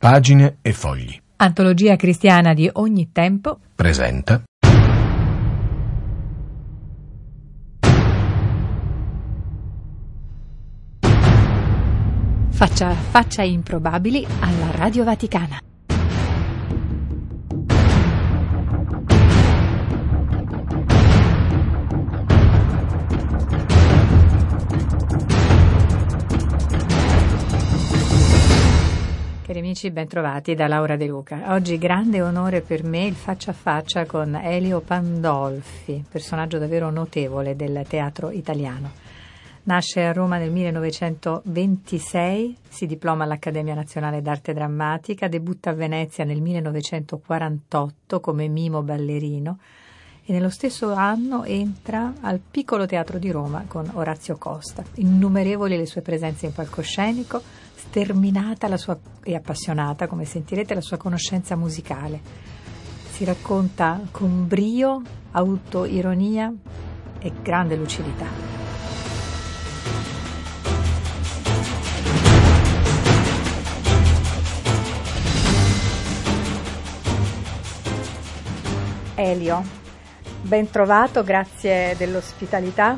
Pagine e fogli. Antologia cristiana di ogni tempo. Presenta Faccia a faccia improbabili alla Radio Vaticana. Cari amici, ben trovati da Laura De Luca. Oggi grande onore per me il faccia a faccia con Elio Pandolfi, personaggio davvero notevole del teatro italiano. Nasce a Roma nel 1926, si diploma all'Accademia Nazionale d'Arte Drammatica, debutta a Venezia nel 1948 come mimo ballerino e nello stesso anno entra al Piccolo Teatro di Roma con Orazio Costa. Innumerevoli le sue presenze in palcoscenico, sterminata e appassionata, come sentirete, la sua conoscenza musicale. Si racconta con brio, autoironia e grande lucidità. Elio, ben trovato, grazie dell'ospitalità.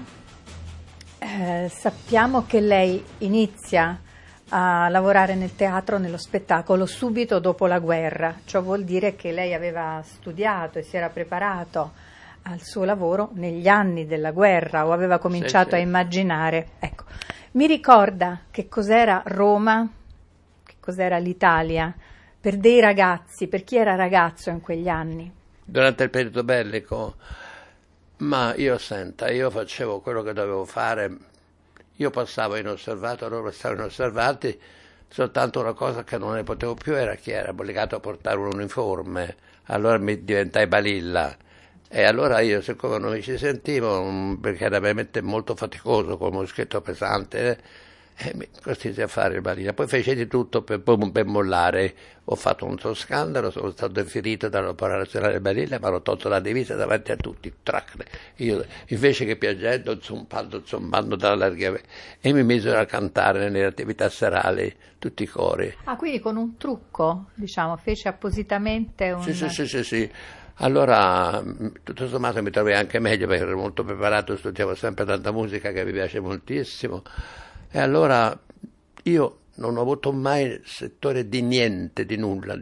Sappiamo che lei inizia a lavorare nel teatro, nello spettacolo, subito dopo la guerra. Ciò vuol dire che lei aveva studiato e si era preparato al suo lavoro negli anni della guerra o aveva cominciato a immaginare. Ecco, mi ricorda che cos'era Roma, che cos'era l'Italia per dei ragazzi, per chi era ragazzo in quegli anni? Durante il periodo bellico, ma io facevo quello che dovevo fare, io passavo inosservato, loro stavano inosservati, soltanto una cosa che non ne potevo più era che era obbligato a portare un uniforme, allora mi diventai balilla e allora io, siccome non mi ci sentivo, perché era veramente molto faticoso, con uno scritto pesante, mi costrinsi a fare il balilla. Poi feci di tutto per mollare. Ho fatto un suo scandalo, sono stato ferito dall'Opera Nazionale del Balilla, mi hanno tolto la divisa davanti a tutti. Io invece che piangendo, zombando dalla larga, e mi misero a cantare nelle attività serali tutti i cori. Ah, quindi con un trucco, diciamo, fece appositamente un... Sì. Allora, tutto sommato mi trovai anche meglio perché ero molto preparato, studiavo sempre tanta musica che mi piace moltissimo. E allora io non ho avuto mai settore di niente, di nulla,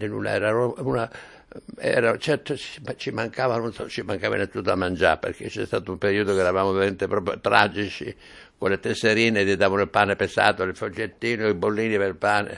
certo ci mancava, non so, ci mancava tutto da mangiare, perché c'è stato un periodo che eravamo veramente proprio tragici, con le tesserine, ti davano il pane pesato, il foggettino, i bollini per il pane.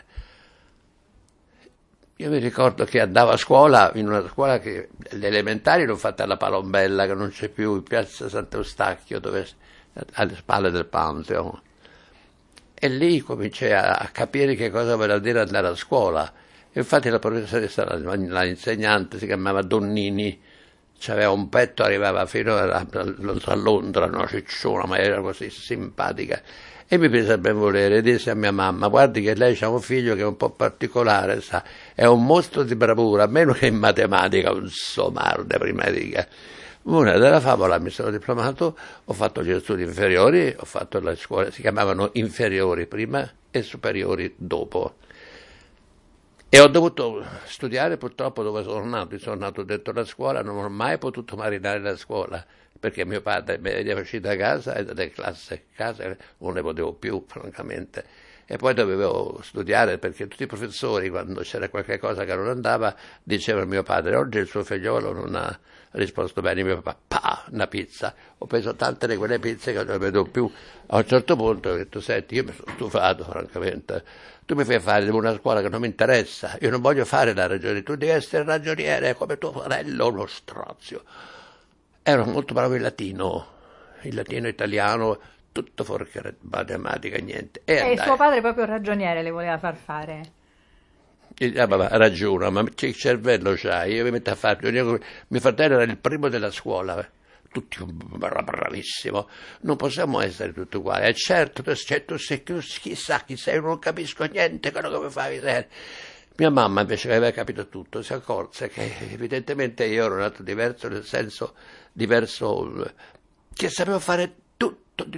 Io mi ricordo che andavo a scuola, in una scuola che le elementari l'ho fatta alla Palombella, che non c'è più, in piazza Sant'Eustachio, alle spalle del Pantheon. E lì cominciai a capire che cosa voleva dire andare a scuola. Infatti la professoressa, l'insegnante, si chiamava Donnini, aveva un petto, arrivava fino a Londra, una cicciona, ma era così simpatica. E mi prese a ben volere e disse a mia mamma: guardi che lei ha un figlio che è un po' particolare, sa, è un mostro di bravura, meno che in matematica, un somarde prima riga. Una della favola mi sono diplomato, ho fatto gli studi inferiori, ho fatto le scuole, si chiamavano inferiori prima e superiori dopo. E ho dovuto studiare purtroppo dove sono nato dentro la scuola, non ho mai potuto marinare la scuola, perché mio padre mi veniva uscito da casa e dalle classi a casa non ne potevo più, francamente. E poi dovevo studiare perché tutti i professori, quando c'era qualche cosa che non andava, dicevano a mio padre: oggi il suo figliolo non ha risposto bene. Mio papà, una pizza. Ho preso tante di quelle pizze che non ne vedo più. A un certo punto ho detto: senti, io mi sono stufato, francamente. Tu mi fai fare una scuola che non mi interessa. Io non voglio fare la ragione. Tu devi essere ragioniere come tuo fratello, uno strazio. Ero molto bravo in latino italiano, tutto fuori che matematica, niente. E suo padre proprio ragioniere le voleva far fare? Ragiona, ma che cervello c'hai? Io mi metto a fare. Mio fratello era il primo della scuola, tutti bravissimo. Non possiamo essere tutti uguali. E certo, tu sei chissà chi sei, non capisco niente quello che mi fai. Mia mamma invece aveva capito tutto, si accorse che evidentemente io ero nato diverso, nel senso diverso, che sapevo fare tutto, di tutto,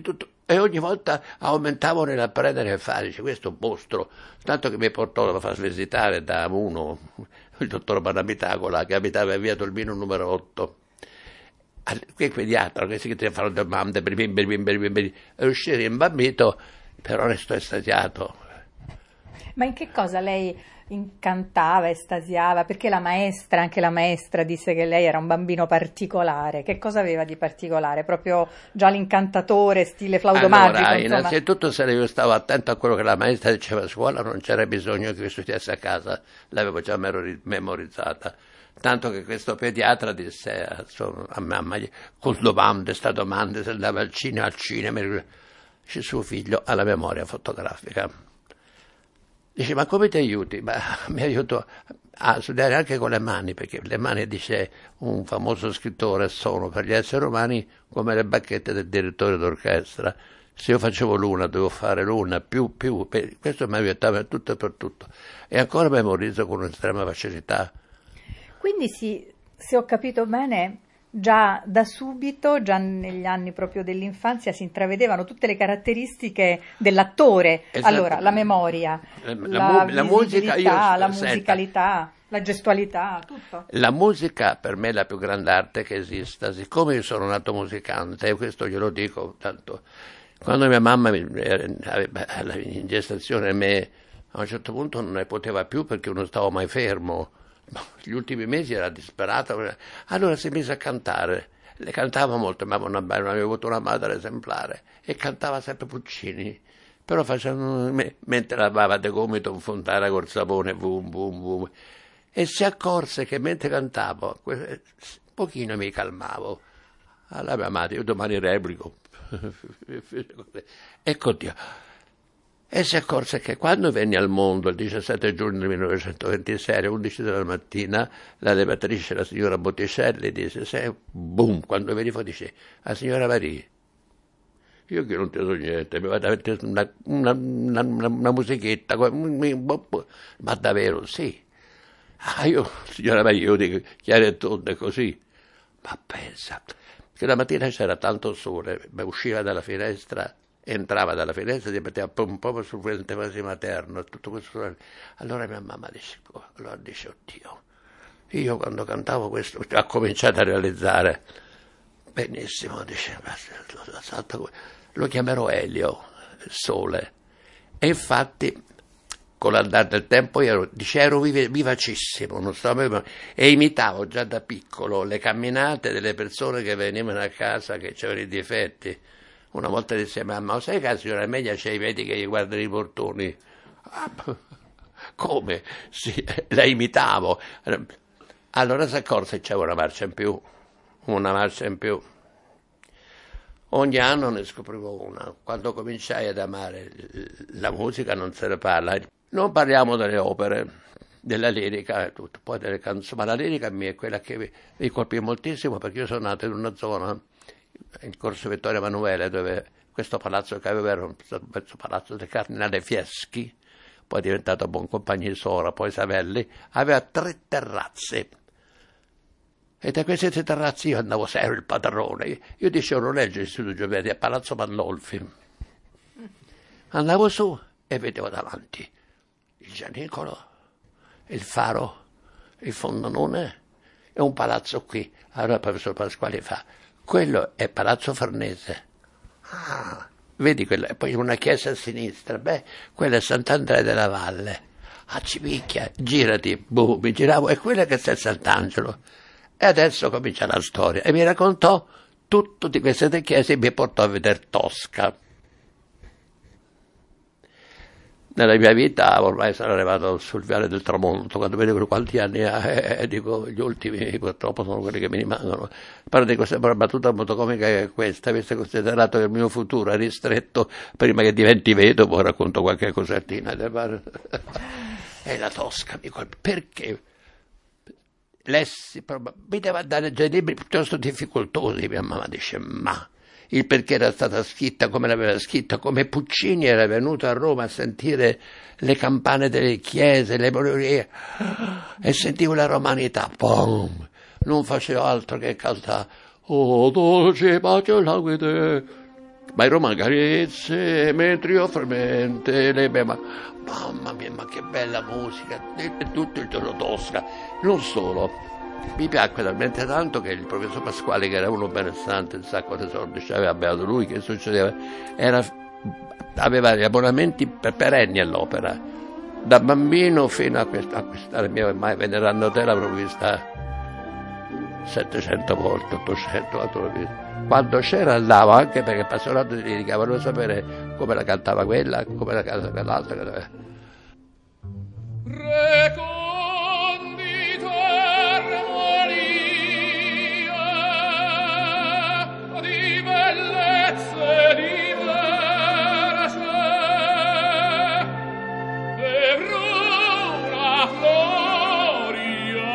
E ogni volta aumentavano a prendere e fare, dice, questo mostro, tanto che mi portò a far visitare da uno, il dottor Banamitacola, che abitava in via Tolmino numero 8, quel pediatra che si chiede fare domande per e uscire imbambito, però resto estasiato. Ma in che cosa lei incantava, estasiava? Perché anche la maestra disse che lei era un bambino particolare. Che cosa aveva di particolare? Proprio già l'incantatore, stile Flauto Magico, Allora, insomma. innanzitutto se io stavo attento a quello che la maestra diceva a scuola, non c'era bisogno che io studiassi a casa, l'avevo già memorizzata. Tanto che questo pediatra disse a mamma, con domande, sta domanda, se andava al cinema, dice, suo figlio ha la memoria fotografica. Dice, ma come ti aiuti? Ma mi aiuto a studiare anche con le mani, perché le mani, dice un famoso scrittore, sono per gli esseri umani come le bacchette del direttore d'orchestra. Se io facevo l'una, dovevo fare l'una, più, questo mi aiutava tutto e per tutto. E ancora memorizzo con un'estrema facilità. Quindi se ho capito bene, già da subito, già negli anni proprio dell'infanzia, si intravedevano tutte le caratteristiche dell'attore. Esatto. Allora, la memoria, la musica, la musicalità, la gestualità, tutto. La musica per me è la più grande arte che esista, siccome io sono nato musicante, e questo glielo dico, tanto quando mia mamma aveva in gestazione me, a un certo punto non ne poteva più perché non stavo mai fermo. Gli ultimi mesi era disperato, allora si mise a cantare. Le cantava molto, ma aveva avuto una madre esemplare e cantava sempre Puccini, però faceva mentre lavava de gomito un fontana col sapone, boom boom boom, e si accorse che mentre cantavo un pochino mi calmavo. Allora mia madre, io domani replico. Ecco Dio. E si accorse che quando venne al mondo il 17 giugno 1926 alle 11 della mattina, la levatrice, la signora Botticelli, disse, boom, quando veniva dice, la signora Maria, io che non ti so niente, mi vado a mettere una musichetta, ma davvero, sì. Io, signora Maria, io dico, chiaro e tondo, così. Ma pensa, che la mattina c'era tanto sole, usciva dalla finestra, entrava dalla finestra, si metteva un po' sul ventre materno, tutto questo. Allora mia mamma dice, oddio, io quando cantavo questo ho cominciato a realizzare, benissimo, dice, lo chiamerò Elio, il sole. E infatti, con l'andare del tempo, ero vivacissimo, non so, e imitavo già da piccolo le camminate delle persone che venivano a casa che avevano i difetti. Una volta disse mamma, sai che la signora Amelia c'è i vedi che gli guardano i portoni? Come? Sì, la imitavo. Allora si accorse che c'era una marcia in più. Ogni anno ne scoprivo una. Quando cominciai ad amare la musica non se ne parla. Non parliamo delle opere, della lirica e tutto, poi delle canzoni, ma la lirica mia è quella che mi colpì moltissimo perché io sono nato in una zona, in Corso Vittorio Emanuele, dove questo palazzo che avevo era un palazzo del cardinale Fieschi, poi è diventato Boncompagni Sora, poi Savelli, aveva 3 terrazze. E da queste 3 terrazze io andavo, ero il padrone. Io dicevo orologio Istituto Giovetti a Palazzo Pandolfi. Andavo su e vedevo davanti il Gianicolo, il Faro, il Fondonone e un palazzo qui. Allora il professor Pasquali fa, quello è Palazzo Farnese. Ah, vedi quella, e poi una chiesa a sinistra, quella è Sant'Andrea della Valle. Ah, ci picchia, girati, boh, mi giravo, è quella che sta a Sant'Angelo. E adesso comincia la storia. E mi raccontò tutto di queste 3 chiese e mi portò a vedere Tosca. Nella mia vita ormai sono arrivato sul viale del tramonto, quando vedo quanti anni ha, dico gli ultimi purtroppo sono quelli che mi rimangono. Parlo di questa battuta molto comica che è questa, visto considerato che il mio futuro è ristretto, prima che diventi vedovo racconto qualche cosettina. E la Tosca, mi colpì, perché? Lessi, mi deve dare già libri piuttosto difficoltosi, mia mamma dice, ma il perché era stata scritta come l'aveva scritta, come Puccini era venuto a Roma a sentire le campane delle chiese, le monorie, e sentivo la romanità, pom, non facevo altro che cantare, oh dolce pace la guide, ma in Roma carezze, mentre io fremente le mamma mia, ma che bella musica, e tutto il giorno Tosca. Non solo, mi piacque talmente tanto che il professor Pasquale, che era uno benestante, un sacco di soldi aveva beato lui, che succedeva? Aveva gli abbonamenti perenni all'opera, da bambino fino a questa mia mai venere a Notella l'ho vista 700 volte, 800 volte l'ho vista. Quando c'era andavo, anche perché appassionato di lirica, volevo sapere come la cantava quella, come la cantava quell'altra. Di bellezze diverse, e bruna gloria,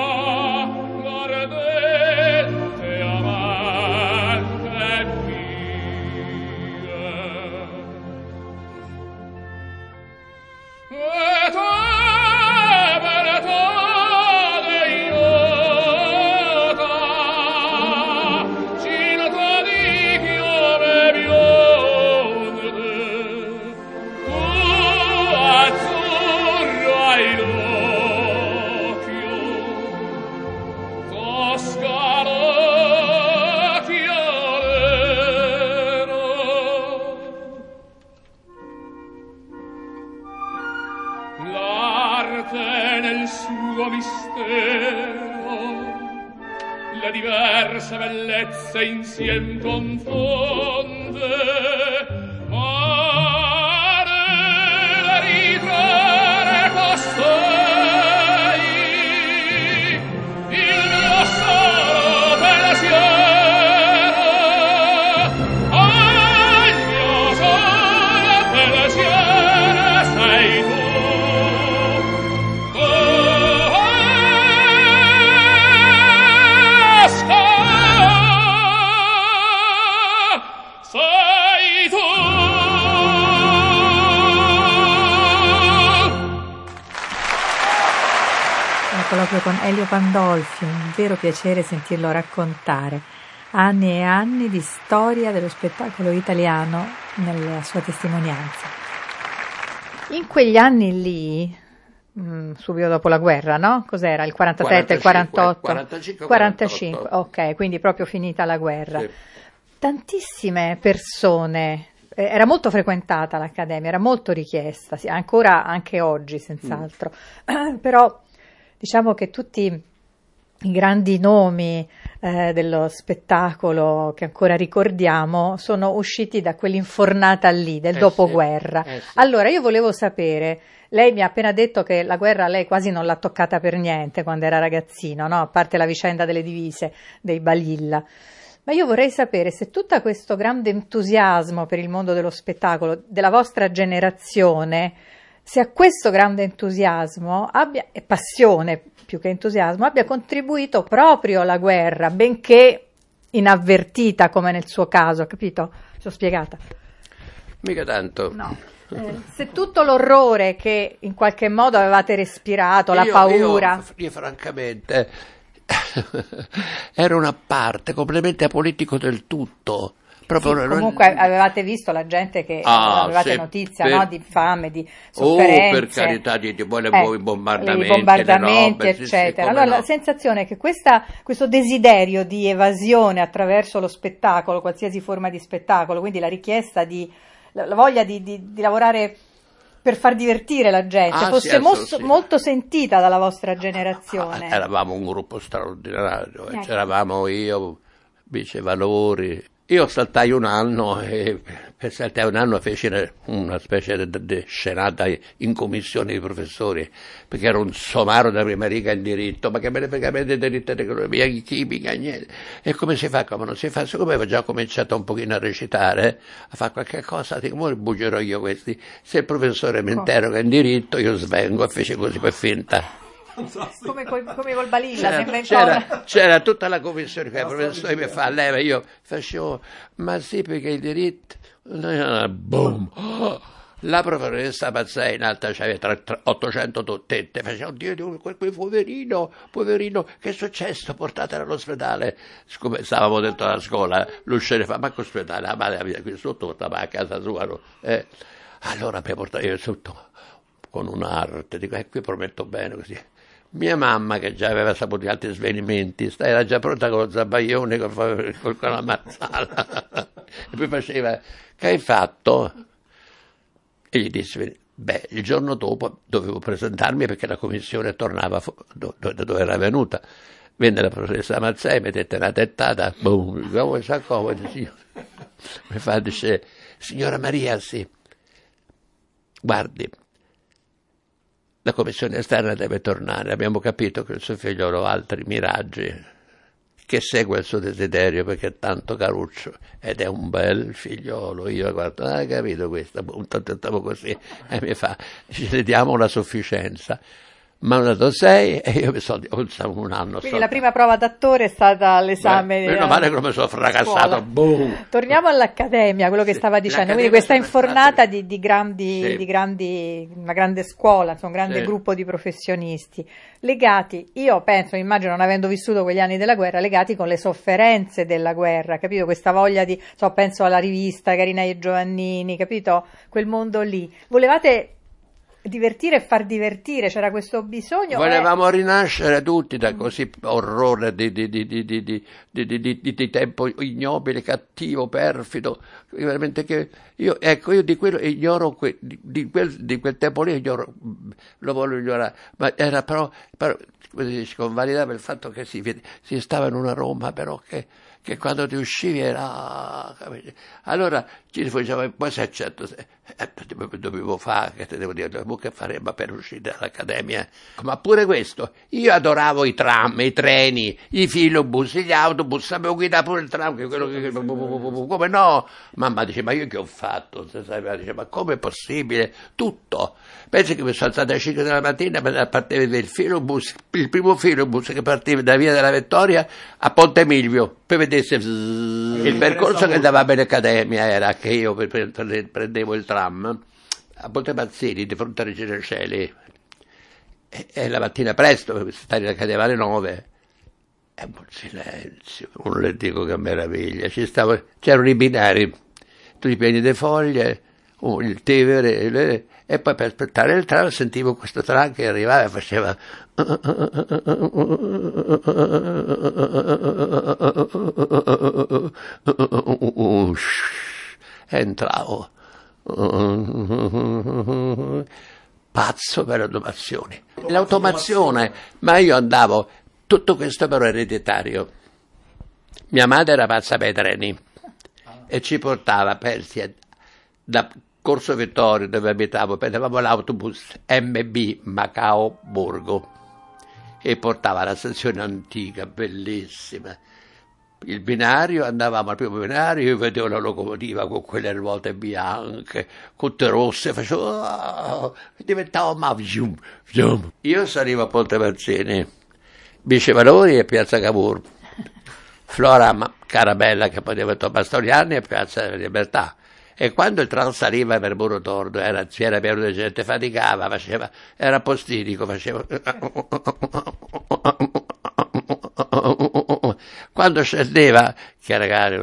l'ardente amante mia. E te l'arte nel suo mistero, le diverse bellezze insiem confonde, ma nelle ritrare costei il mio solo pensiero, il mio solo pensiero sei tu. Proprio con Elio Pandolfi, un vero piacere sentirlo raccontare anni e anni di storia dello spettacolo italiano nella sua testimonianza. In quegli anni lì, subito dopo la guerra, no? Cos'era? Il 47, 45, il 48? 45, ok, quindi proprio finita la guerra. Sì. Tantissime persone, era molto frequentata l'Accademia, era molto richiesta, sì, ancora anche oggi senz'altro, però diciamo che tutti i grandi nomi dello spettacolo che ancora ricordiamo sono usciti da quell'infornata lì, del dopoguerra. Sì. Allora, io volevo sapere, lei mi ha appena detto che la guerra lei quasi non l'ha toccata per niente quando era ragazzino, no? A parte la vicenda delle divise, dei Balilla. Ma io vorrei sapere se tutto questo grande entusiasmo per il mondo dello spettacolo della vostra generazione, se a questo grande entusiasmo e passione più che entusiasmo abbia contribuito proprio la guerra, benché inavvertita come nel suo caso, capito? Mi sono spiegata? Mica tanto. No. Se tutto l'orrore che in qualche modo avevate respirato, la paura... Io francamente ero una parte completamente apolitico del tutto. Comunque avevate visto la gente che avevate notizia, no? Di fame, di sofferenze, per carità di bombardamenti, robe, eccetera. Allora la sensazione è che questo desiderio di evasione attraverso lo spettacolo, qualsiasi forma di spettacolo, quindi la richiesta la voglia di lavorare per far divertire la gente, fosse molto sentita dalla vostra generazione. Eravamo un gruppo straordinario, c'eravamo io, Vice Valori. Io saltai un anno e per saltare un anno feci una specie di scenata in commissione di professori, perché ero un somaro da prima riga in diritto, ma che me ne frega di diritto, economia, chimica, niente. E come si fa? Come non si fa? Siccome avevo già cominciato un pochino a recitare, a fare qualche cosa, dico, come buggerò io questi? Se il professore mi interroga in diritto, io svengo e feci così per finta. Come col Balilla, c'era tutta la commissione che il professore mi fa leva, io facevo, ma sì, perché i diritti, boom, La professoressa Mazzei in alta c'aveva 800 tette, faceva, oddio, quel poverino, che è successo? Portatelo all'ospedale. Siccome stavamo dentro la scuola, l'usciere fa, ma che ospedale? La madre mia qui sotto, portava a casa sua. No? Allora mi portava io sotto con un'arte, dico, qui prometto bene così. Mia mamma, che già aveva saputo gli altri svenimenti, era già pronta con lo zabaione, con la mazzala. E poi faceva, che hai fatto? E gli disse, il giorno dopo dovevo presentarmi perché la commissione tornava dove era venuta. Venne la professoressa Mazzei, mi dette una tettata, boom, come sa come, mi fa, dice, signora Maria, sì, guardi, la commissione esterna deve tornare, abbiamo capito che il suo figliolo ha altri miraggi, che segue il suo desiderio perché è tanto caruccio ed è un bel figliolo. Io guardo, capito questo, stavo così, e mi fa, dice, le diamo una sufficienza. Ma ne ho dato 6 e io mi sono un anno. Quindi la prima prova d'attore è stata all'esame. Meno male che non mi sono fracassato. Boom. Torniamo all'Accademia, quello che stava dicendo. Quindi questa infornata di una grande scuola, insomma, un grande gruppo di professionisti legati, io penso, immagino, non avendo vissuto quegli anni della guerra, legati con le sofferenze della guerra, capito? Questa voglia di, penso alla rivista Carina e Giovannini, capito? Quel mondo lì. Volevate divertire e far divertire, c'era questo bisogno. Volevamo rinascere tutti da così orrore di tempo ignobile, cattivo, perfido, veramente che io di quello ignoro, di quel tempo lì ignoro, lo voglio ignorare, ma era però come si dice, convalidava il fatto che si stava in una Roma però che quando ti uscivi era, allora ci diceva, poi se certo dovevo fare, che te devo dire, che faremmo per uscire dall'Accademia, ma pure questo, io adoravo i tram, i treni, i filobus, gli autobus, sapevo guidare pure il tram, come no? Mamma dice, ma io che ho fatto? Dice, ma come è possibile? Tutto. Pensi che mi sono alzato alle 5 della mattina per partire del filobus, il primo filobus che partiva da Via della Vittoria a Ponte Milvio, per vedesse il percorso che andava all'Accademia era che io prendevo il tram a Ponte Mazzini di fronte a Regina Coeli e la mattina presto per stare all'Accademia alle 9 e un silenzio, non le dico che meraviglia, c'erano i binari tutti pieni di foglie, il Tevere e poi per aspettare il tram sentivo questo tram che arrivava e faceva entravo pazzo per l'automazione, ma io andavo, tutto questo però ereditario. Mia madre era pazza per i treni e ci portava da Corso Vittorio, dove abitavo, prendevamo l'autobus MB Macao Borgo e portava alla stazione antica, bellissima. Il binario, andavamo al primo binario, io vedevo la locomotiva con quelle ruote bianche, tutte rosse, diventavo zoom, zoom. Io salivo a Ponte Mazzini, Bicevalori e Piazza Cavour, Flora Carabella che poi diventò Bastogliani e Piazza della Libertà. E quando il tram saliva per Muro Tordo c'era pieno di gente, faticava, era postinico, faceva. Quando scendeva, che ragazzi,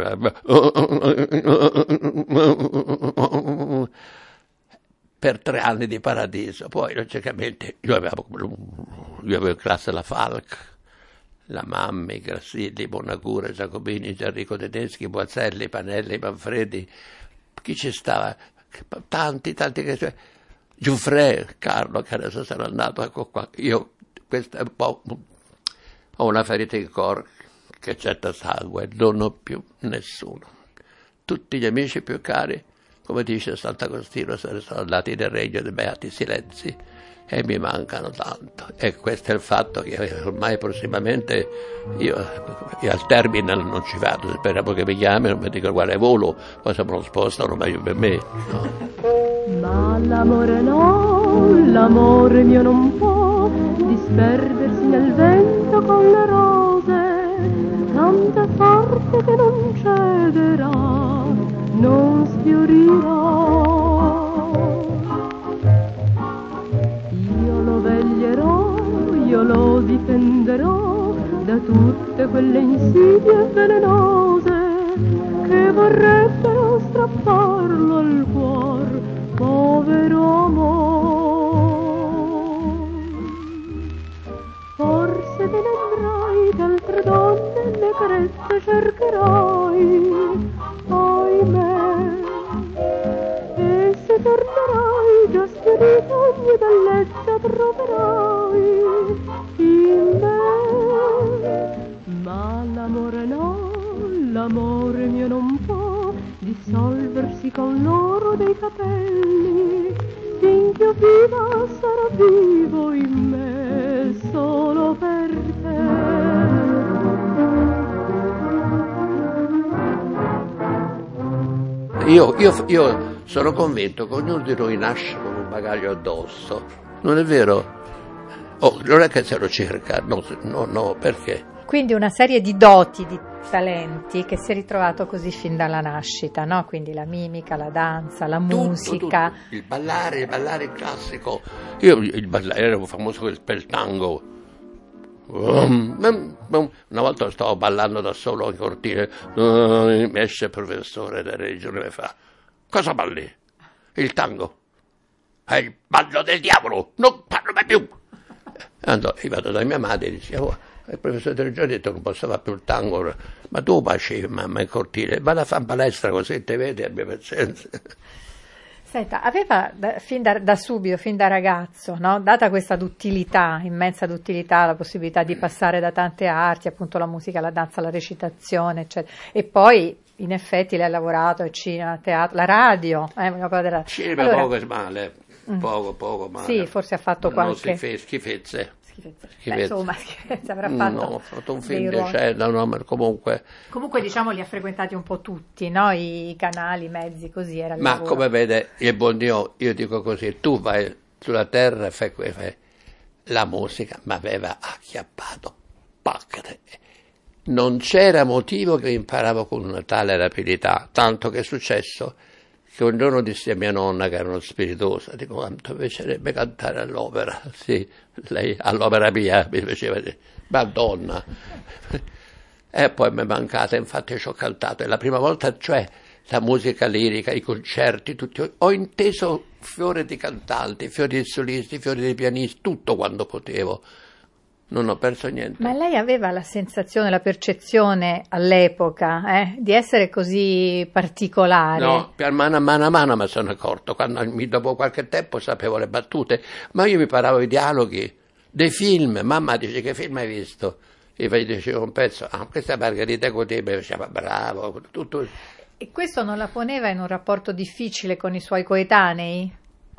per 3 anni di paradiso. Poi logicamente io avevo in classe la Falk, la Mammi, Grassilli, Bonacura, Giacobini, Gianrico Tedeschi, Boazzelli, Panelli, Manfredi. Chi ci stava? Tanti che Giuffre, Carlo, che adesso sarà andato, ecco qua. Io questo è un po', ho una ferita in cor che getta sangue, non ho più nessuno. Tutti gli amici più cari, come dice Sant'Agostino, se ne sono andati nel regno dei beati silenzi e mi mancano tanto. E questo è il fatto che ormai prossimamente io al terminal non ci vado, speriamo che mi chiamino, mi dicono quale volo, poi se me lo spostano meglio per me. No? Ma l'amore no, l'amore mio non può disperdersi nel vento con le rose, tanto è forte che non cederà, non sfiorirà. io lo difenderò da tutte quelle insidie velenose che vorrebbero strapparlo al cuor, povero amor. Forse te ne andrai d'altre donne, le carezze cercherai, ahimè, e se tornerai già sfiorito due bellezza troverai in me. Ma l'amore no, l'amore mio non può dissolversi con l'oro dei capelli, finché io viva sarà vivo in me solo per te. Io sono convinto che ognuno di noi nasce con un bagaglio addosso, non è vero? Non è che se lo cerca, no, perché? Quindi una serie di doti, di talenti che si è ritrovato così fin dalla nascita, no? Quindi la mimica, la danza, la musica. Tutto. Il ballare il classico. Io ero famoso per il tango. Una volta stavo ballando da solo in cortile, mi esce il professore della regione e mi fa: cosa balli? Il tango. È il ballo del diavolo, non parlo mai più. Io vado da mia madre e dicevo: il professore della regione ha detto che non posso fare più il tango, ma tu pasci mamma in cortile, vado a fare palestra così te vedi, abbia pazienza. Senta, aveva fin da subito, fin da ragazzo, no? Data questa duttilità, immensa duttilità, la possibilità di passare da tante arti, appunto la musica, la danza, la recitazione, eccetera. E poi, in effetti, lei ha lavorato al cinema, al teatro, la radio. Cinema allora, poco male, poco male. Sì, forse ha fatto qualche... schifezze. Insomma, schifezze avrà fatto. No, ho fatto un film decennio, no, ma comunque diciamo li ha frequentati un po' tutti, no? I canali, i mezzi, così era il ma lavoro. Come vede il buon Dio, io dico così, tu vai sulla terra e fai la musica mi aveva acchiappato, non c'era motivo che imparavo con una tale rapidità, tanto che è successo che un giorno dissi a mia nonna, che era uno spiritosa, dico: quanto mi piacerebbe cantare all'opera. Sì, lei all'opera mia mi faceva dire: Madonna. E poi mi è mancata, infatti ci ho cantato, è la prima volta, cioè la musica lirica, i concerti, tutti, ho inteso fiori di cantanti, fiori di solisti, fiori di pianisti, tutto quando potevo. Non ho perso niente. Ma lei aveva la sensazione, la percezione all'epoca di essere così particolare? No, per mano a mano mi sono accorto, quando dopo qualche tempo sapevo le battute, ma io mi paravo i dialoghi dei film. Mamma dice: che film hai visto? E poi dicevo un pezzo: questa è Margherita Coté, mi diceva bravo, tutto. E questo non la poneva in un rapporto difficile con i suoi coetanei?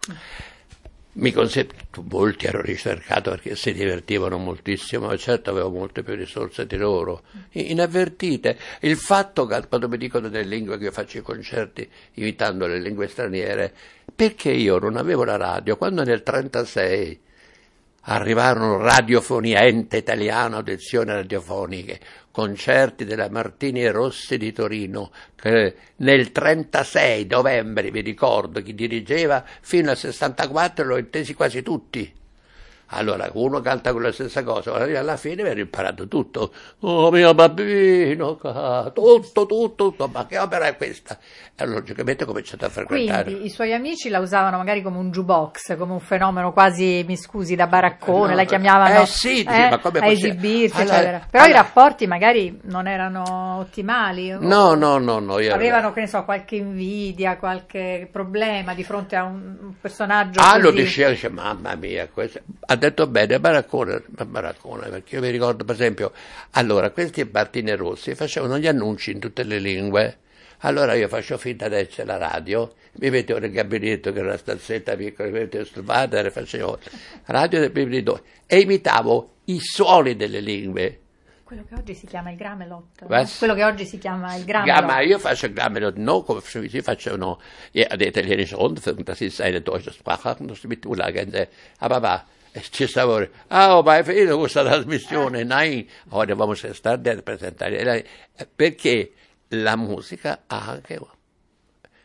Molti ero ricercato perché si divertivano moltissimo, ma certo avevo molte più risorse di loro, inavvertite. Il fatto che quando mi dicono delle lingue, che io faccio i concerti imitando le lingue straniere, perché io non avevo la radio, quando nel 1936 arrivarono Radiofonia, ente italiano, audizioni radiofoniche, concerti della Martini e Rossi di Torino, che nel 36 novembre, mi ricordo, chi dirigeva, fino al 64 l'ho intesi quasi tutti. Allora uno canta quella stessa cosa, arriva alla fine mi ero imparato tutto. Oh mio bambino, tutto, ma che opera è questa? E allora logicamente ho cominciato a frequentare. Quindi i suoi amici la usavano magari come un jukebox, come un fenomeno quasi, mi scusi, da baraccone, la chiamavano ma come a esibirsi, però i rapporti magari non erano ottimali. No. Avevano, che ne so, qualche invidia, qualche problema di fronte a un personaggio lo diceva, mamma mia, questo. Ha detto bene, baraccone, perché io mi ricordo, per esempio, allora, questi Martini Rossi facevano gli annunci in tutte le lingue. Allora io facevo finta di essere la radio, mi mettevo nel gabinetto, che era una stanzetta piccola, mi mettevo sul padre, facevo radio del Biblido e imitavo i suoni delle lingue. Quello che oggi si chiama il Gramelot. No? Quello che oggi si chiama il Gramelot. Ma io faccio il Gramelot, no, come si facevano die italienische Rundfunk, das ist eine deutsche Sprache, das mit Urlagende. Aber ci stavo, ma hai finito questa trasmissione? Nein, ora vamos a stare a presentare, perché la musica ha anche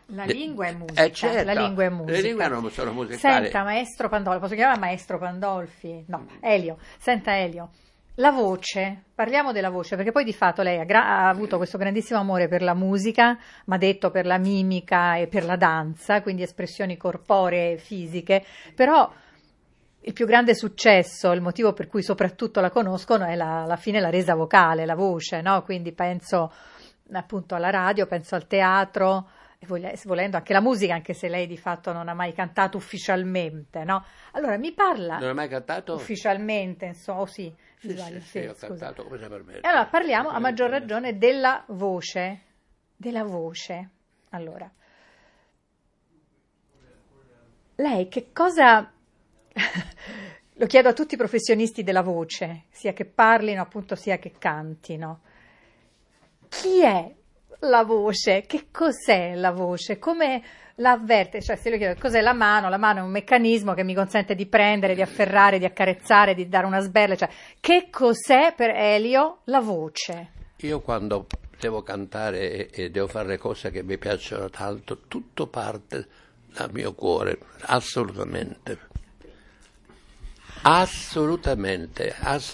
La lingua è musica, certo, la lingua è musica. Le lingue non sono musicali. Senta, maestro Pandolfi, posso chiamare maestro Pandolfi? No, Elio. Senta Elio, la voce, parliamo della voce, perché poi di fatto lei ha avuto questo grandissimo amore per la musica, ma detto per la mimica e per la danza, quindi espressioni corporee e fisiche, però il più grande successo, il motivo per cui soprattutto la conoscono è alla fine la resa vocale, la voce, no? Quindi penso appunto alla radio, penso al teatro, e volendo anche la musica, anche se lei di fatto non ha mai cantato ufficialmente, no? Allora mi parla. Non ha mai cantato? Ufficialmente, insomma, sì, ho cantato, come si permette. E allora parliamo a maggior ragione della voce. Della voce. Allora, lei che cosa... Lo chiedo a tutti i professionisti della voce, sia che parlino appunto sia che cantino. Chi è la voce? Che cos'è la voce? Come la avverte? Cioè, se io chiedo cos'è la mano è un meccanismo che mi consente di prendere, di afferrare, di accarezzare, di dare una sberla. Cioè, che cos'è per Elio la voce? Io quando devo cantare e devo fare le cose che mi piacciono tanto, tutto parte dal mio cuore, assolutamente. Assolutamente.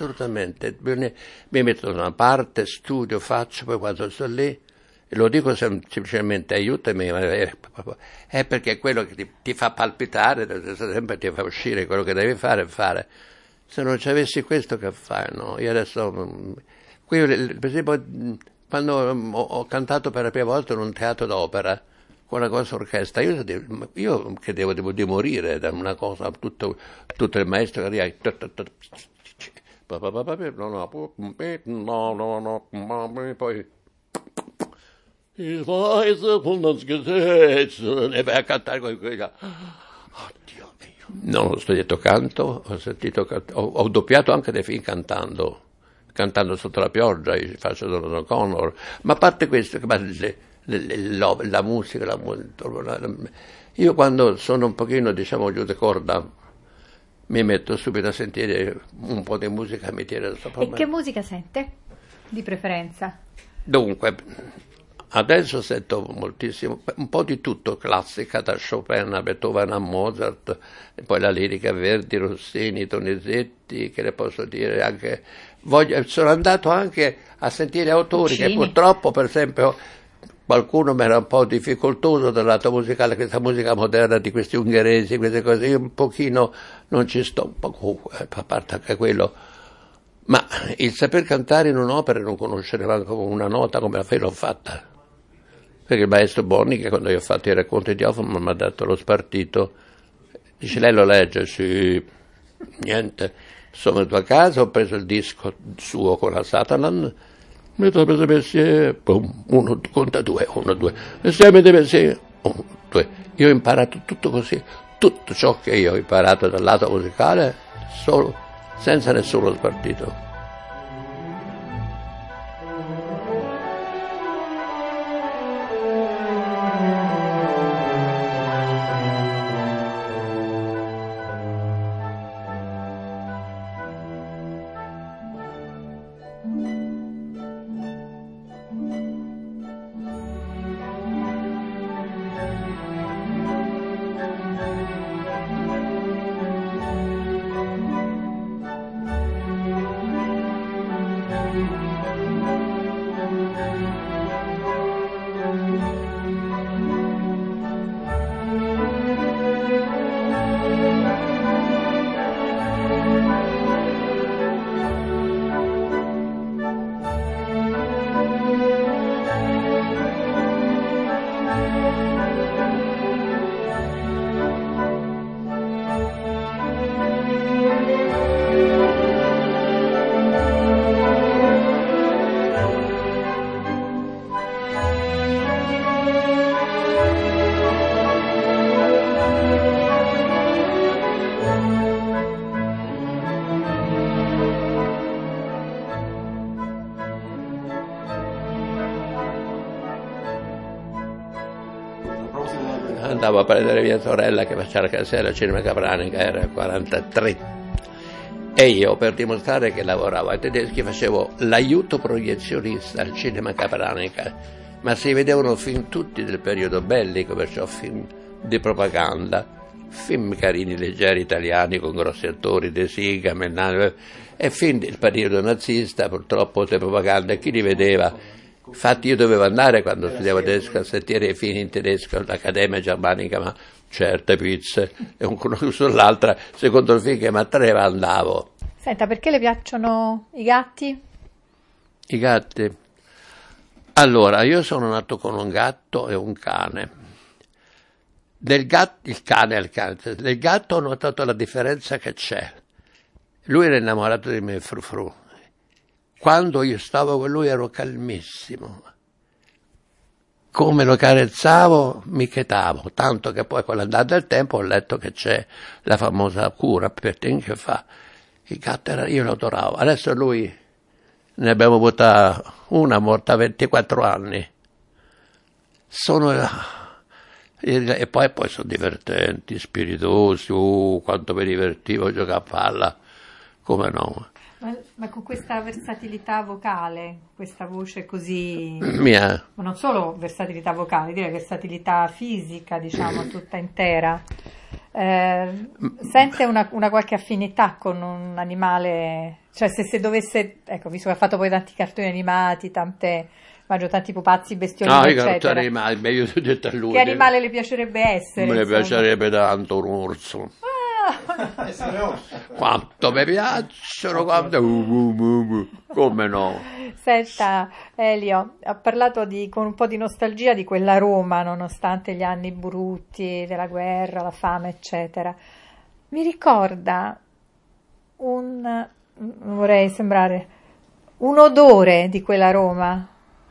Mi metto da una parte, studio, faccio, poi quando sto lì, e lo dico semplicemente aiutami, è perché è quello che ti fa palpitare, sempre ti fa uscire quello che devi fare. Se non ci avessi questo che fai, no? Io adesso, qui per esempio, quando ho cantato per la prima volta in un teatro d'opera, con la cosa orchestra, io credevo di morire da una cosa, tutto il maestro che arriva, poi ich weiß von das Gesetz, e vai a cantare con quella. Oddio mio. Non ho studiato canto, ho doppiato anche dei film cantando sotto la pioggia, io faccio Donald O'Connor, ma a parte questo, la musica, io quando sono un pochino, diciamo, giù di corda, mi metto subito a sentire un po' di musica, mi tira sopra me. E che musica sente, di preferenza? Dunque, adesso sento moltissimo, un po' di tutto, classica, da Chopin a Beethoven a Mozart, e poi la lirica Verdi, Rossini, Donizetti, che le posso dire anche... sono andato anche a sentire autori che purtroppo, per esempio, qualcuno mi era un po' difficoltoso dal lato musicale, questa musica moderna di questi ungheresi, queste cose, io un pochino non ci sto, un po', a parte anche quello, ma il saper cantare in un'opera e non conoscere manco una nota come l'ho fatta, perché il maestro Bonni, che quando io ho fatto i racconti di Hoffman mi ha dato lo spartito, dice: lei lo legge? Sì, niente, sono venuto a casa, ho preso il disco suo con la Satanan, mi sono preso Messier, boom, conta 2, 1, 2, insieme di Messier, 1, 2. Io ho imparato tutto così, tutto ciò che io ho imparato dal lato musicale, solo, senza nessuno spartito. Andavo a prendere mia sorella che faceva la cassiera al Cinema Capranica, era il 43, e io, per dimostrare che lavoravo ai tedeschi, facevo l'aiuto proiezionista al Cinema Capranica, ma si vedevano film tutti del periodo bellico, perciò film di propaganda, film carini, leggeri italiani con grossi attori, De Sica, Mennano, e film del periodo nazista, purtroppo di propaganda, chi li vedeva? Infatti io dovevo andare quando studiavo tedesco a sentire i film in tedesco all'Accademia Germanica, ma certe pizze, e uno sull'altra, secondo il film che mi attraeva andavo. Senta, perché le piacciono i gatti? I gatti? Allora, io sono nato con un gatto e un cane. Del gatto ho notato la differenza che c'è. Lui era innamorato di me, frufru. Quando io stavo con lui ero calmissimo. Come lo carezzavo, mi chetavo, tanto che poi con l'andata del tempo ho letto che c'è la famosa cura per te che fa. Il gatto io lo adoravo. Adesso lui ne abbiamo avuta una morta a 24 anni. E poi sono divertenti, spiritosi, quanto mi divertivo a giocare a palla, come no. Ma con questa versatilità vocale, questa voce così... Mia. Ma non solo versatilità vocale, direi versatilità fisica, diciamo, tutta intera. Sente una qualche affinità con un animale? Cioè se dovesse... Ecco, visto che ha fatto poi tanti cartoni animati, immagino tanti pupazzi, bestiolini, no, eccetera. No, i cartoni animali, io ho detto a lui. Che animale le piacerebbe essere? Me ne piacerebbe tanto un orso. Quanto mi piacciono, come no. Senta Elio, ha parlato con un po' di nostalgia di quella Roma, nonostante gli anni brutti della guerra, la fame, eccetera. Mi ricorda non vorrei sembrare, un odore di quella Roma?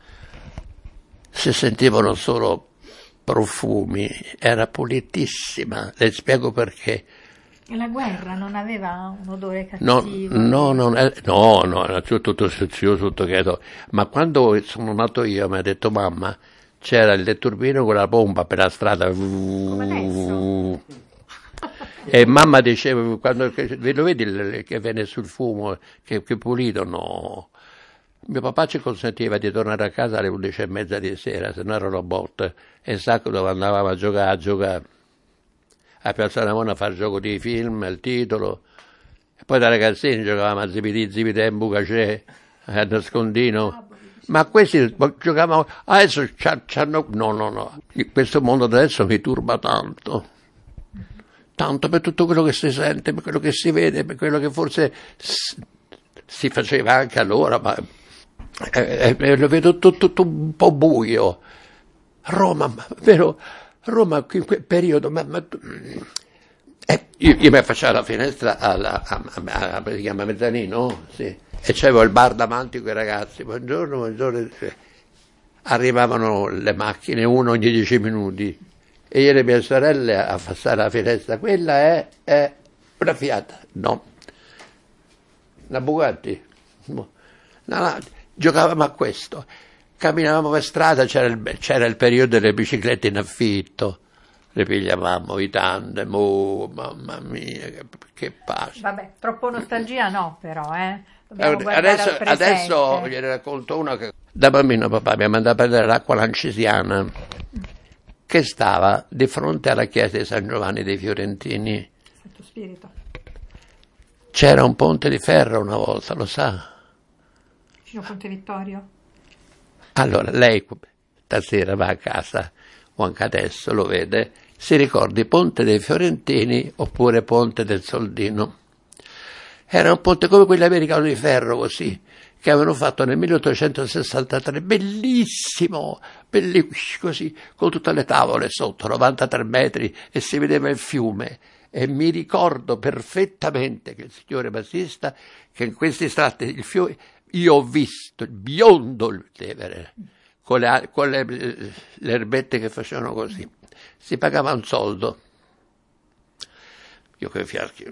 Si sentivano solo profumi, era pulitissima, le spiego perché. La guerra non aveva un odore cattivo? No, era tutto sezioso, tutto cheto. Ma quando sono nato io mi ha detto mamma, c'era il letturbino con la pompa per la strada. Come adesso? E mamma diceva, quando lo vedi che viene sul fumo, che pulito? No. Mio papà ci consentiva di tornare a casa alle 11:30 di sera, se no erano a botte, e sa dove andavamo a giocare. A Piazza Navona a fare gioco di film, il titolo, e poi da ragazzini giocavamo a zibidì in Bucacè, a nascondino, ma questi giocavamo, adesso c'hanno, no, questo mondo adesso mi turba tanto per tutto quello che si sente, per quello che si vede, per quello che forse si faceva anche allora, ma lo vedo tutto un po' buio. Roma, vero? Roma in quel periodo, io mi affacciavo alla finestra a si chiama Mezzanino, sì, e c'avevo il bar davanti con i ragazzi, buongiorno, arrivavano le macchine, uno ogni 10 minuti, e io e le mie sorelle a affassare la finestra, quella è una Fiat, no, una Bugatti, no, giocavamo a questo. Camminavamo per strada, c'era il periodo delle biciclette in affitto, le pigliavamo i tandem, mamma mia, che pace. Vabbè, troppo nostalgia no, però, Dobbiamo guardare adesso gliene racconto una che da bambino papà mi ha mandato a prendere l'acqua lancesiana, che stava di fronte alla chiesa di San Giovanni dei Fiorentini. Santo Spirito. C'era un ponte di ferro una volta, lo sa? Vicino a Ponte Vittorio. Allora, lei stasera va a casa, o anche adesso lo vede, si ricordi Ponte dei Fiorentini oppure Ponte del Soldino. Era un ponte come quelli americani di ferro, così, che avevano fatto nel 1863, bellissimo, così, con tutte le tavole sotto, 93 metri, e si vedeva il fiume. E mi ricordo perfettamente che il signore bassista, che in questi tratti il fiume, io ho visto il biondo il Tevere, con le erbette che facevano così. Si pagava un soldo. Io che fiaschi.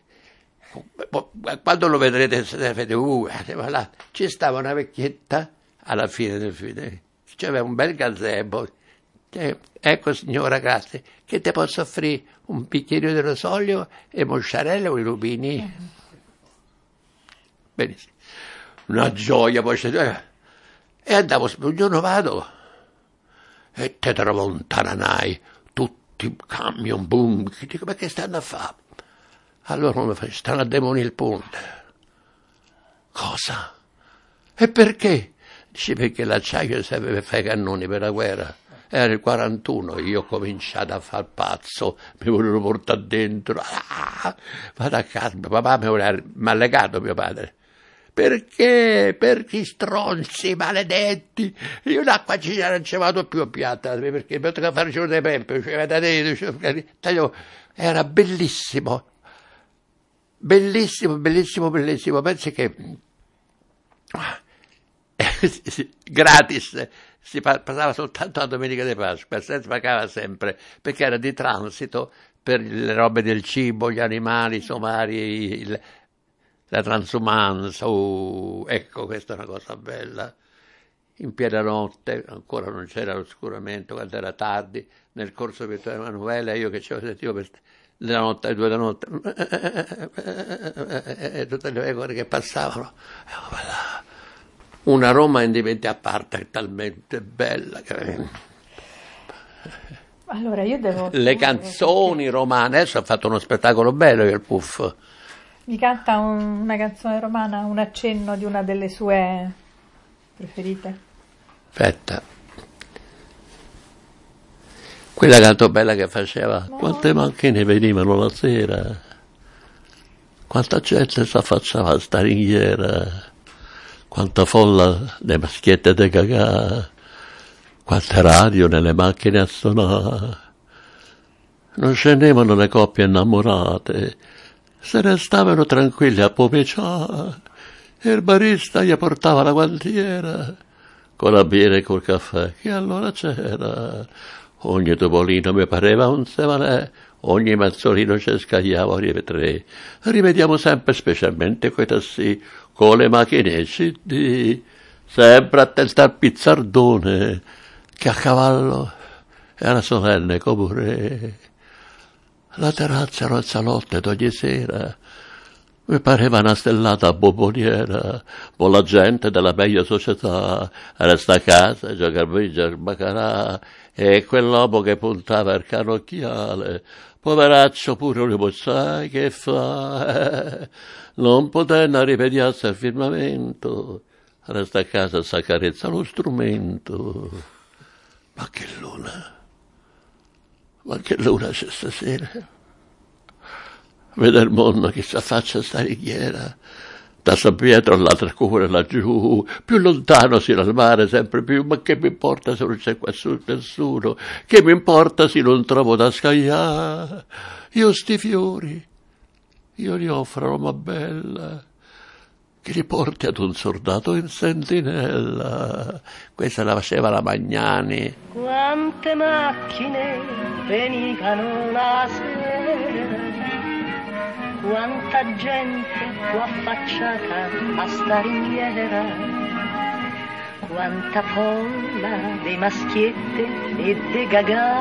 Quando lo vedrete, là, ci stava una vecchietta alla fine del film. C'aveva un bel gazebo. Ecco signora, grazie. Che te posso offrire? Un bicchiere di rosolio e mosciarella o i lupini? Benissimo. Una gioia, poi e andavo, un giorno vado, e te tramontanai, tutti i camion, boom, dico, ma che stanno a fare? Allora mi fa, stanno a demonire il ponte. Cosa? E perché? Dice, perché l'acciaio serve per fare i cannoni per la guerra. Era il 41, io ho cominciato a far pazzo, mi volevano portare dentro, vado a casa, papà mi ha legato mio padre. Perché? Per chi stronzi maledetti, io l'acqua non ci vado più a piatta, perché mi tocca fare giù dei pepe, era bellissimo, bellissimo, bellissimo, bellissimo, pensi che gratis, si passava soltanto la domenica di Pasqua, si pagava sempre, perché era di transito per le robe del cibo, gli animali, i somari, la transumanza, ecco, questa è una cosa bella. In piena notte, ancora non c'era l'oscuramento, quando era tardi, nel corso di Vittorio Emanuele, io che sentivo la notte, alle 2 della notte, e tutte le pecore che passavano, una Roma indipendente a parte, talmente bella che... Allora io devo... Le canzoni romane, adesso ha fatto uno spettacolo bello il Puff. Mi canta una canzone romana, un accenno di una delle sue preferite? Aspetta. Quella canto bella che faceva, quante macchine venivano la sera, quanta gente si affacciava a sta ringhiera, quanta folla le maschiette de cagà, quante radio nelle macchine a suonare. Non scendevano le coppie innamorate, se restavano tranquilli a pomiciare, e il barista gli portava la guantiera, con la birra e col caffè, che allora c'era. Ogni topolino mi pareva un sevalè, ogni mazzolino ci scagliava ore 3. Rivediamo sempre, specialmente coi tassi, con le macchine CD, sempre attenta al pizzardone, che a cavallo era solenne come re. La terrazza era il salotto d'ogni sera, mi pareva una stellata bomboniera, con la gente della meglio società, resta a casa, giocare a bridge, al baccarà, e quell'uomo che puntava il canocchiale, poveraccio pure lui, sai che fa? Non potendo ripediarsi al firmamento, resta a casa, s'accarezza lo strumento. Ma che luna c'è stasera? Vede il mondo che si affaccia a sta ringhiera, da San Pietro all'altra cura laggiù, più lontano sino al mare, sempre più, ma che mi importa se non c'è quassù nessuno, che mi importa se non trovo da scagliare, io sti fiori, io li offro a Roma bella, che li porti ad un soldato in sentinella. Questa la faceva la Magnani. Quante macchine venivano la sera, quanta gente fu affacciata a sta ringhiera, quanta folla dei maschiette e dei gagà,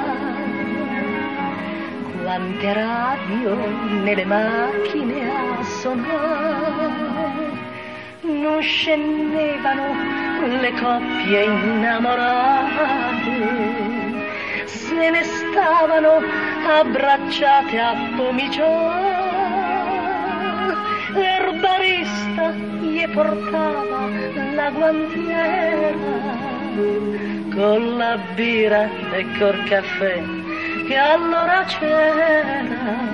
quante radio nelle macchine a suonare. Non scendevano le coppie innamorate, se ne stavano abbracciate a pomiciare. Il barista gli portava la guantiera, con la birra e col caffè che allora c'era.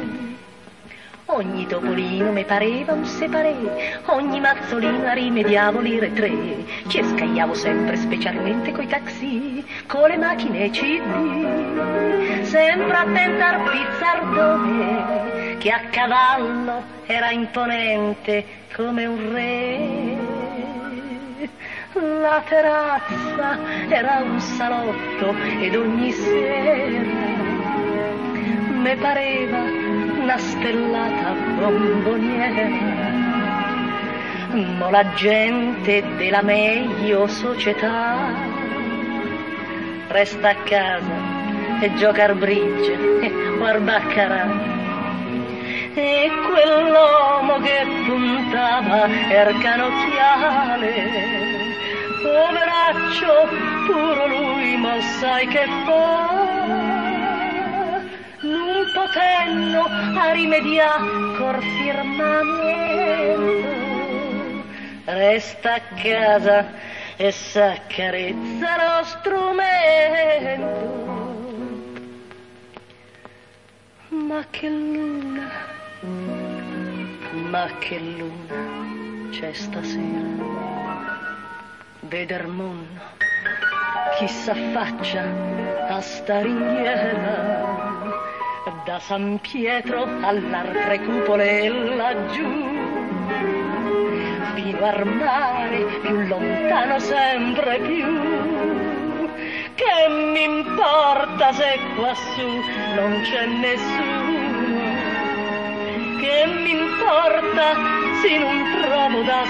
Ogni topolino mi pareva un separé, ogni mazzolina rimediavo l'ire 3. Ci scagliavo sempre, specialmente coi taxi, con le macchine CD, sempre attenta al pizzardone, che a cavallo era imponente come un re. La terrazza era un salotto ed ogni sera mi pareva una stellata bomboniera, ma la gente della meglio società resta a casa e gioca al bridge o al baccarà, e quell'uomo che puntava il canocchiale Poveraccio, puro lui, ma sai che fa? Non potenno a rimediare col firmamento, resta a casa e s'accarezza lo strumento. Ma che luna c'è stasera, veder mondo chi s'affaccia a sta ringhiera, da San Pietro all'altre cupole laggiù, fino al mare più lontano sempre più. Che mi importa se quassù non c'è nessuno, che mi importa se non trovo da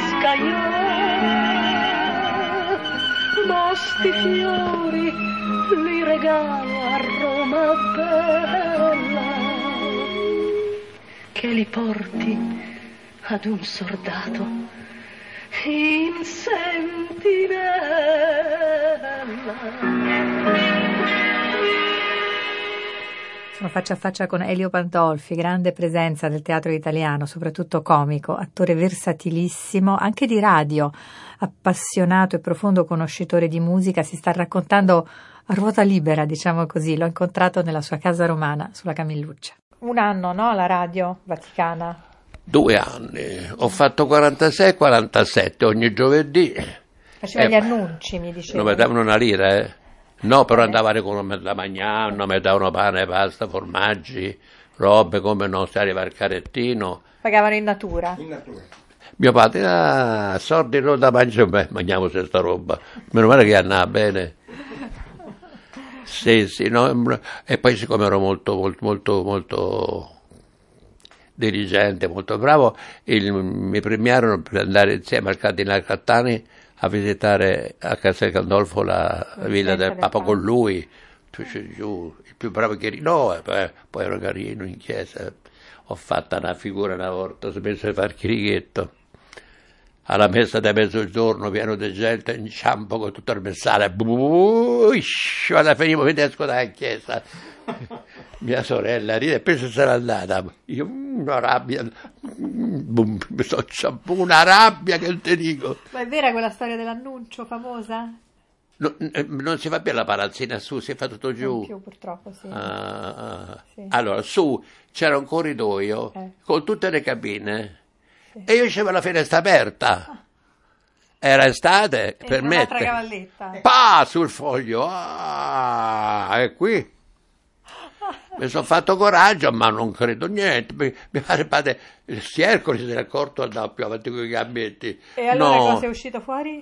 scagliare, ma sti fiori li regalo a Roma bella, che li porti ad un soldato in sentinella. Sono faccia a faccia con Elio Pandolfi, grande presenza del teatro italiano, soprattutto comico, attore versatilissimo, anche di radio, appassionato e profondo conoscitore di musica, si sta raccontando a ruota libera, diciamo così. L'ho incontrato nella sua casa romana, sulla Camilluccia. Un anno, no, alla radio vaticana? 2 anni, ho fatto 46-47 ogni giovedì. Faceva gli annunci, mi diceva. Non mi davano una lira, No, però andavano con da mangiare, mi davano pane, pasta, formaggi, robe, come non si arriva al carettino. Pagavano in natura? In natura. Mio padre, sordi non da mangiare, mangiamo questa roba. Meno male che andava bene. Sì, no, e poi siccome ero molto dirigente, molto bravo, mi premiarono per andare insieme al Cardinale Cattani a visitare a Castel Gandolfo la villa del Papa con lui, giù, il più bravo Chirino, poi ero carino in chiesa, ho fatto una figura una volta, ho smesso di fare il chirichetto, alla messa da mezzogiorno pieno di gente, inciampo con tutto il messale, quando finivo mi esco dalla chiesa, mia sorella ride e poi se n'è andata, io una rabbia, mi sono ciampato, una rabbia che ti dico. Ma è vera quella storia dell'annuncio famosa? No, non si fa più la palazzina su, si fa tutto giù. Non più purtroppo, sì. Sì. Allora, su c'era un corridoio con tutte le cabine e io c'avevo la finestra aperta. Era estate, per me. Un'altra cavalletta. Sul foglio, e qui. Mi sono fatto coraggio, ma non credo niente. Mi pare padre, il Siercoli si era accorto, andava più avanti con i gambetti. E allora cosa è uscito fuori?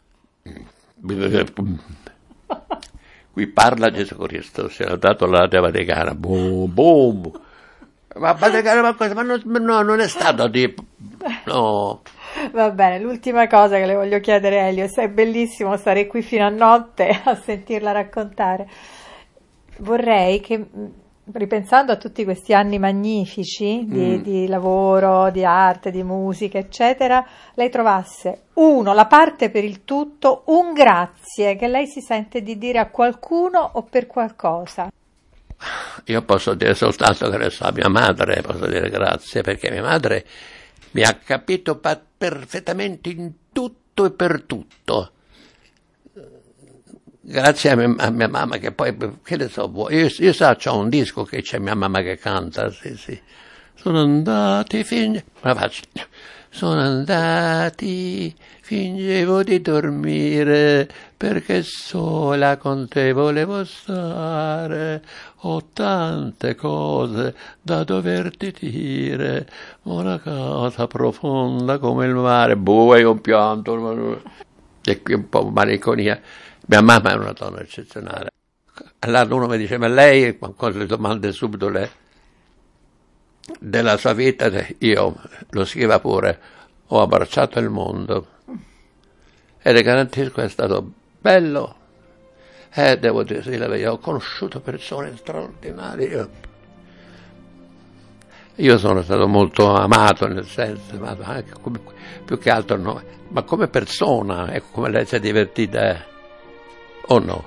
Qui parla Gesù Cristo, si era dato la Vaticana, boom, boom. Ma Vaticana, ma non è stato tipo, no. Va bene, l'ultima cosa che le voglio chiedere, Elio, è bellissimo stare qui fino a notte a sentirla raccontare. Vorrei che, ripensando a tutti questi anni magnifici di lavoro, di arte, di musica, eccetera, lei trovasse la parte per il tutto, un grazie che lei si sente di dire a qualcuno o per qualcosa. Io posso dire soltanto che adesso a mia madre posso dire grazie, perché mia madre mi ha capito perfettamente in tutto e per tutto. Grazie a mia mamma, che poi, che ne so, io c'ho un disco che c'è mia mamma che canta, sì. Sono andati, fingevo di dormire, perché sola con te volevo stare, ho tante cose da doverti dire, una cosa profonda come il mare, è un pianto, e qui un po' malinconia. Mia mamma è una donna eccezionale. Allora uno mi dice, ma lei, quando le domande subito lei, della sua vita, io lo scriva pure, ho abbracciato il mondo e le garantisco è stato bello, devo dire, sì, ho conosciuto persone straordinarie, Io sono stato molto amato, nel senso, amato anche più che altro no, ma come persona, ecco, come lei si è divertita, o no?